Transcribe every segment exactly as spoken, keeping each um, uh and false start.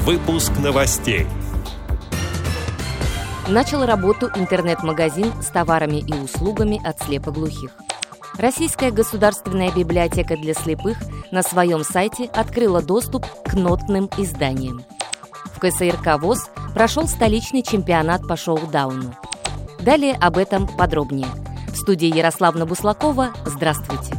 Выпуск новостей. Начал работу интернет-магазин с товарами и услугами от слепоглухих. Российская государственная библиотека для слепых на своем сайте открыла доступ к нотным изданиям. В ка эс эр ка ВОС прошел столичный чемпионат по шоу-дауну. Далее об этом подробнее. В студии Ярославна Буслакова. Здравствуйте.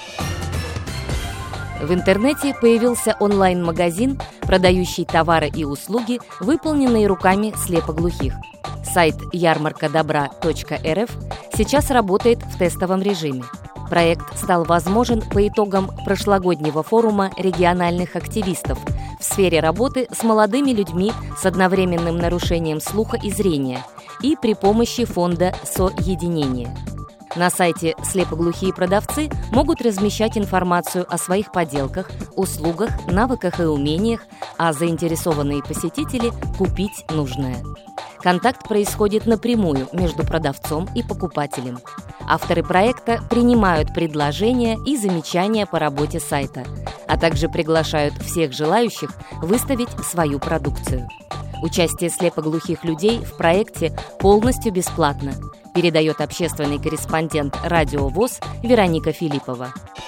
В интернете появился онлайн-магазин, продающий товары и услуги, выполненные руками слепоглухих. Сайт ярмарка добра точка эр эф сейчас работает в тестовом режиме. Проект стал возможен по итогам прошлогоднего форума региональных активистов в сфере работы с молодыми людьми с одновременным нарушением слуха и зрения и при помощи фонда «Соединение». На сайте слепоглухие продавцы могут размещать информацию о своих поделках, услугах, навыках и умениях, а заинтересованные посетители – купить нужное. Контакт происходит напрямую между продавцом и покупателем. Авторы проекта принимают предложения и замечания по работе сайта, а также приглашают всех желающих выставить свою продукцию. Участие слепоглухих людей в проекте полностью бесплатно, передает общественный корреспондент Радио ВОС Вероника Филиппова.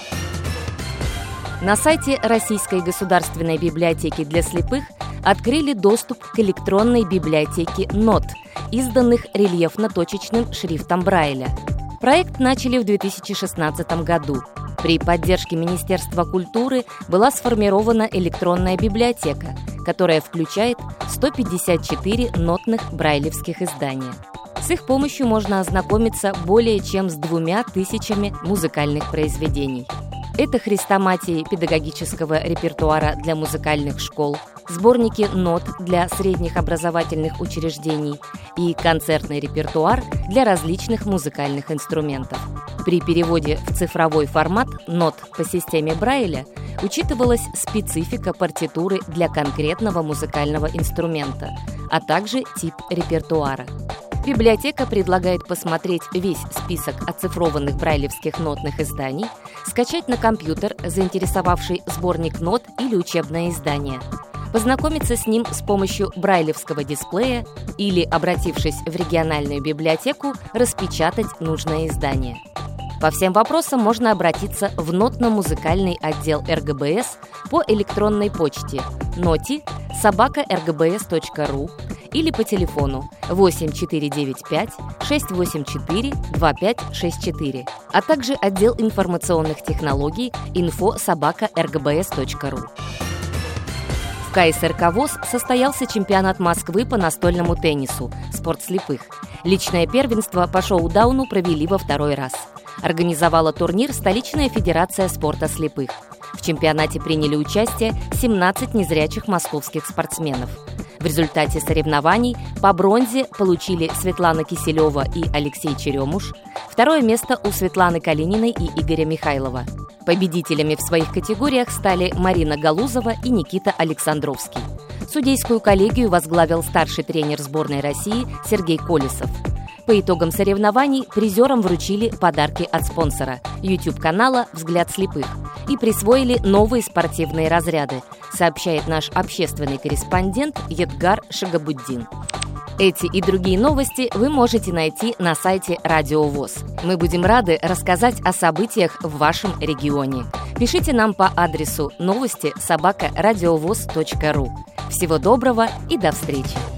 На сайте Российской государственной библиотеки для слепых открыли доступ к электронной библиотеке нот, изданных рельефно-точечным шрифтом Брайля. Проект начали в две тысячи шестнадцатом году. При поддержке Министерства культуры была сформирована электронная библиотека, которая включает сто пятьдесят четыре нотных брайлевских издания. С их помощью можно ознакомиться более чем с двумя тысячами музыкальных произведений. Это хрестоматии педагогического репертуара для музыкальных школ, сборники нот для средних образовательных учреждений и концертный репертуар для различных музыкальных инструментов. При переводе в цифровой формат нот по системе Брайля учитывалась специфика партитуры для конкретного музыкального инструмента, а также тип репертуара. Библиотека предлагает посмотреть весь список оцифрованных брайлевских нотных изданий, скачать на компьютер заинтересовавший сборник нот или учебное издание, познакомиться с ним с помощью брайлевского дисплея или, обратившись в региональную библиотеку, распечатать нужное издание. По всем вопросам можно обратиться в нотно-музыкальный отдел эр гэ бэ эс по электронной почте ноти собака эр гэ бэ эс точка ру или по телефону восемь четыре девять пять шесть восемь четыре два пять шесть четыре, а также отдел информационных технологий инфо собака эр гэ бэ эс точка ру. В ка эс эр ка ВОС состоялся чемпионат Москвы по настольному теннису «Спорт слепых». Личное первенство по шоу-дауну провели во второй раз. Организовала турнир столичная федерация спорта слепых. В чемпионате приняли участие семнадцать незрячих московских спортсменов. В результате соревнований по бронзе получили Светлана Киселева и Алексей Черемуш, второе место у Светланы Калининой и Игоря Михайлова. Победителями в своих категориях стали Марина Галузова и Никита Александровский. Судейскую коллегию возглавил старший тренер сборной России Сергей Колесов. По итогам соревнований призерам вручили подарки от спонсора – YouTube-канала «Взгляд слепых» и присвоили новые спортивные разряды, сообщает наш общественный корреспондент Едгар Шагабуддин. Эти и другие новости вы можете найти на сайте Радио ВОС. Мы будем рады рассказать о событиях в вашем регионе. Пишите нам по адресу новости собака радиовос точка ру. Всего доброго и до встречи!